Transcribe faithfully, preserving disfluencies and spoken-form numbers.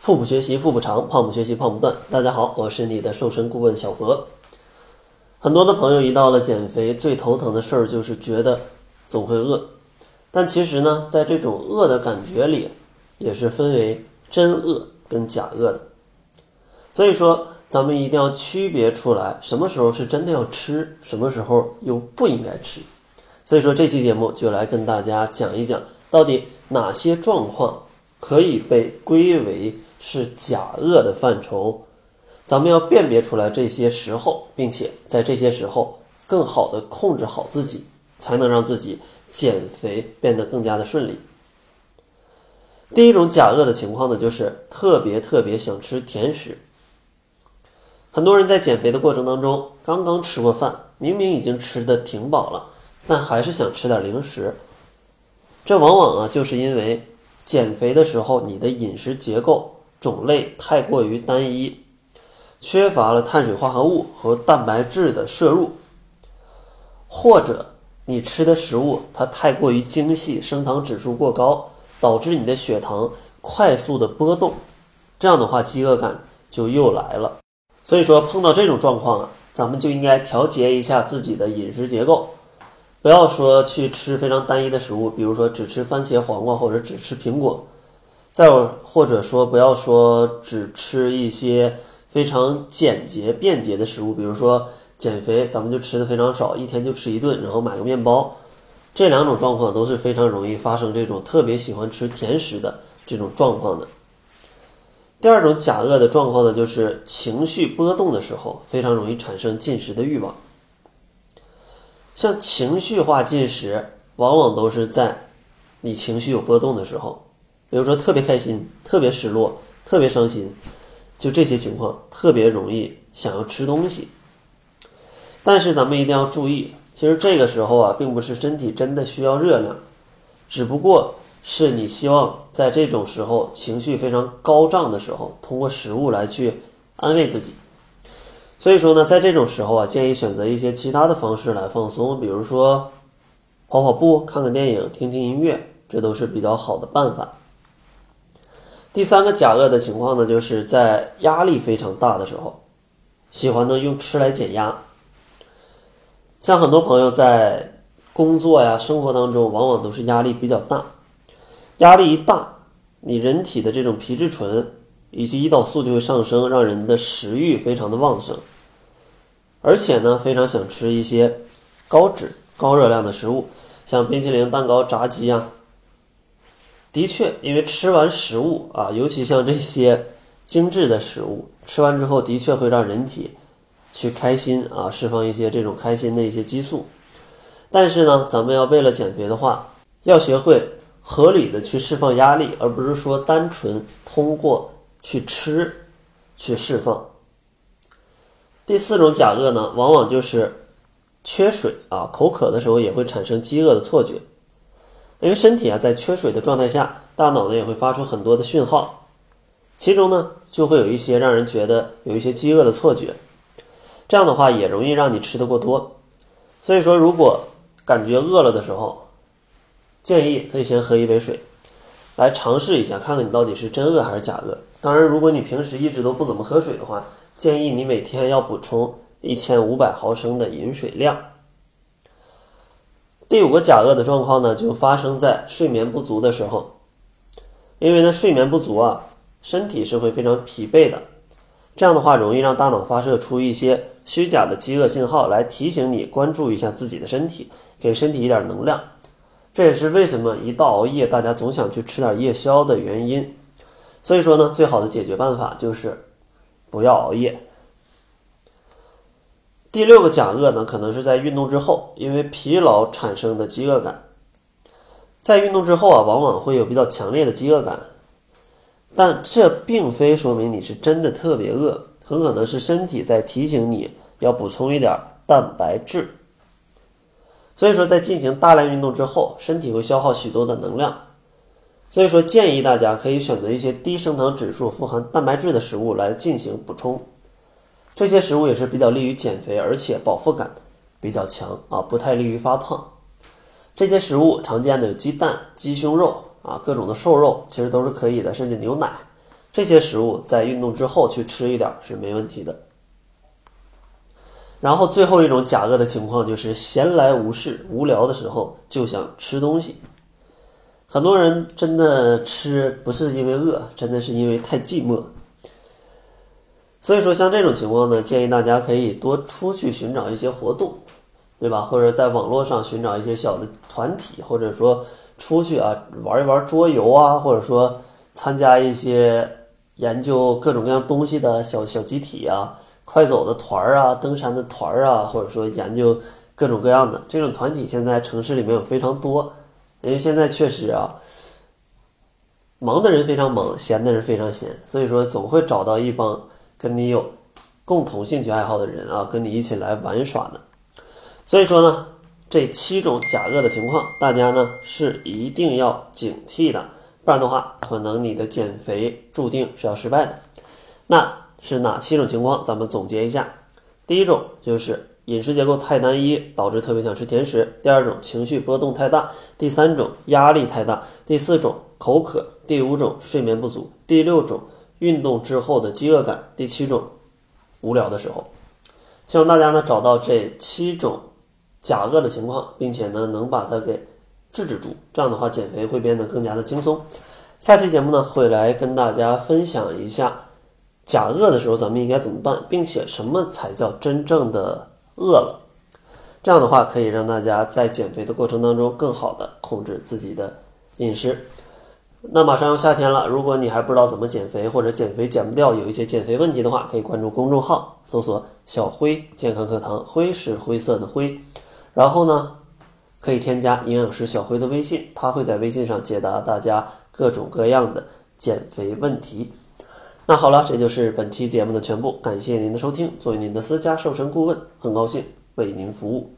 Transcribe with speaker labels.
Speaker 1: 腹部学习腹部长，胖不学习胖不断。大家好，我是你的瘦身顾问小博。很多的朋友一到了减肥，最头疼的事儿就是觉得总会饿。但其实呢，在这种饿的感觉里，也是分为真饿跟假饿的。所以说，咱们一定要区别出来，什么时候是真的要吃，什么时候又不应该吃。所以说，这期节目就来跟大家讲一讲，到底哪些状况可以被归为是假饿的范畴。咱们要辨别出来这些时候，并且在这些时候更好的控制好自己，才能让自己减肥变得更加的顺利。第一种假饿的情况呢，就是特别特别想吃甜食。很多人在减肥的过程当中，刚刚吃过饭，明明已经吃得挺饱了，但还是想吃点零食。这往往啊，就是因为减肥的时候你的饮食结构种类太过于单一，缺乏了碳水化合物和蛋白质的摄入，或者你吃的食物它太过于精细，升糖指数过高，导致你的血糖快速的波动，这样的话饥饿感就又来了。所以说碰到这种状况啊，咱们就应该调节一下自己的饮食结构，不要说去吃非常单一的食物，比如说只吃番茄黄瓜或者只吃苹果，再或者说不要说只吃一些非常简洁便捷的食物，比如说减肥咱们就吃的非常少，一天就吃一顿，然后买个面包。这两种状况都是非常容易发生这种特别喜欢吃甜食的这种状况的。第二种假饿的状况呢，就是情绪波动的时候非常容易产生进食的欲望。像情绪化进食往往都是在你情绪有波动的时候，比如说特别开心，特别失落，特别伤心，就这些情况特别容易想要吃东西。但是咱们一定要注意，其实这个时候啊，并不是身体真的需要热量，只不过是你希望在这种时候情绪非常高涨的时候，通过食物来去安慰自己。所以说呢，在这种时候啊，建议选择一些其他的方式来放松，比如说跑跑步、看看电影、听听音乐，这都是比较好的办法。第三个假饿的情况呢，就是在压力非常大的时候，喜欢呢用吃来减压。像很多朋友在工作呀、生活当中，往往都是压力比较大。压力一大，你人体的这种皮质醇以及胰岛素就会上升，让人的食欲非常的旺盛，而且呢，非常想吃一些高脂、高热量的食物，像冰淇淋、蛋糕、炸鸡啊。的确，因为吃完食物啊，尤其像这些精致的食物，吃完之后的确会让人体去开心啊，释放一些这种开心的一些激素。但是呢，咱们要为了减肥的话，要学会合理的去释放压力，而不是说单纯通过去吃去释放。第四种假饿呢，往往就是缺水啊，口渴的时候也会产生饥饿的错觉。因为身体啊在缺水的状态下，大脑呢也会发出很多的讯号，其中呢就会有一些让人觉得有一些饥饿的错觉，这样的话也容易让你吃得过多。所以说如果感觉饿了的时候，建议可以先喝一杯水，来尝试一下，看看你到底是真饿还是假饿。当然如果你平时一直都不怎么喝水的话，建议你每天要补充一千五百毫升的饮水量。第五个假饿的状况呢，就发生在睡眠不足的时候。因为呢睡眠不足啊，身体是会非常疲惫的，这样的话容易让大脑发射出一些虚假的饥饿信号，来提醒你关注一下自己的身体，给身体一点能量。这也是为什么一到熬夜大家总想去吃点夜宵的原因。所以说呢，最好的解决办法就是不要熬夜。第六个假饿呢，可能是在运动之后，因为疲劳产生的饥饿感。在运动之后啊，往往会有比较强烈的饥饿感，但这并非说明你是真的特别饿，很可能是身体在提醒你要补充一点蛋白质。所以说在进行大量运动之后，身体会消耗许多的能量，所以说建议大家可以选择一些低升糖指数、富含蛋白质的食物来进行补充。这些食物也是比较利于减肥，而且饱腹感比较强啊，不太利于发胖。这些食物常见的有鸡蛋、鸡胸肉啊，各种的瘦肉其实都是可以的，甚至牛奶， 这些食物在运动之后去吃一点是没问题的。然后最后一种假饿的情况就是闲来无事无聊的时候就想吃东西。很多人真的吃不是因为饿，真的是因为太寂寞。所以说像这种情况呢，建议大家可以多出去寻找一些活动，对吧？或者在网络上寻找一些小的团体，或者说出去啊玩一玩桌游啊，或者说参加一些研究各种各样东西的小小集体啊，快走的团啊，登山的团啊，或者说研究各种各样的这种团体，现在城市里面有非常多。因为现在确实啊，忙的人非常忙，闲的人非常闲，所以说总会找到一帮跟你有共同兴趣爱好的人啊，跟你一起来玩耍的。所以说呢，这七种假饿的情况，大家呢是一定要警惕的，不然的话，可能你的减肥注定是要失败的。那是哪七种情况？咱们总结一下。第一种就是饮食结构太单一，导致特别想吃甜食；第二种情绪波动太大；第三种压力太大；第四种口渴；第五种睡眠不足；第六种运动之后的饥饿感；第七种无聊的时候。希望大家呢找到这七种假饿的情况，并且呢能把它给制止住，这样的话减肥会变得更加的轻松。下期节目呢会来跟大家分享一下假饿的时候咱们应该怎么办，并且什么才叫真正的饿了。这样的话可以让大家在减肥的过程当中更好的控制自己的饮食。那马上要夏天了，如果你还不知道怎么减肥，或者减肥减不掉，有一些减肥问题的话，可以关注公众号，搜索小辉健康课堂，辉是灰色的灰，然后呢可以添加营养师小辉的微信，他会在微信上解答大家各种各样的减肥问题。那好了，这就是本期节目的全部，感谢您的收听。作为您的私家瘦身顾问，很高兴为您服务。